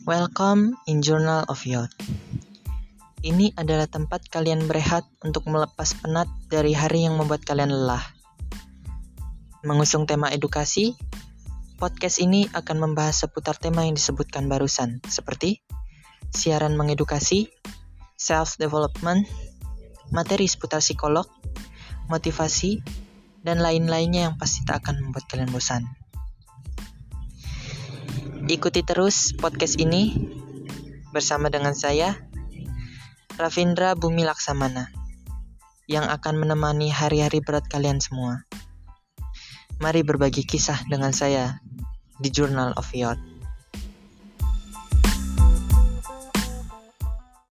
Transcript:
Welcome in Journal of Youth. Ini adalah tempat kalian berehat untuk melepas penat dari hari yang membuat kalian lelah. Mengusung tema edukasi, podcast ini akan membahas seputar tema yang disebutkan barusan, seperti siaran mengedukasi, self-development, materi seputar psikolog, motivasi, dan lain-lainnya yang pasti tak akan membuat kalian bosan. Ikuti terus podcast ini bersama dengan saya, Ravindra Bumi Laksamana, yang akan menemani hari-hari berat kalian semua. Mari berbagi kisah dengan saya di Journal of Youth.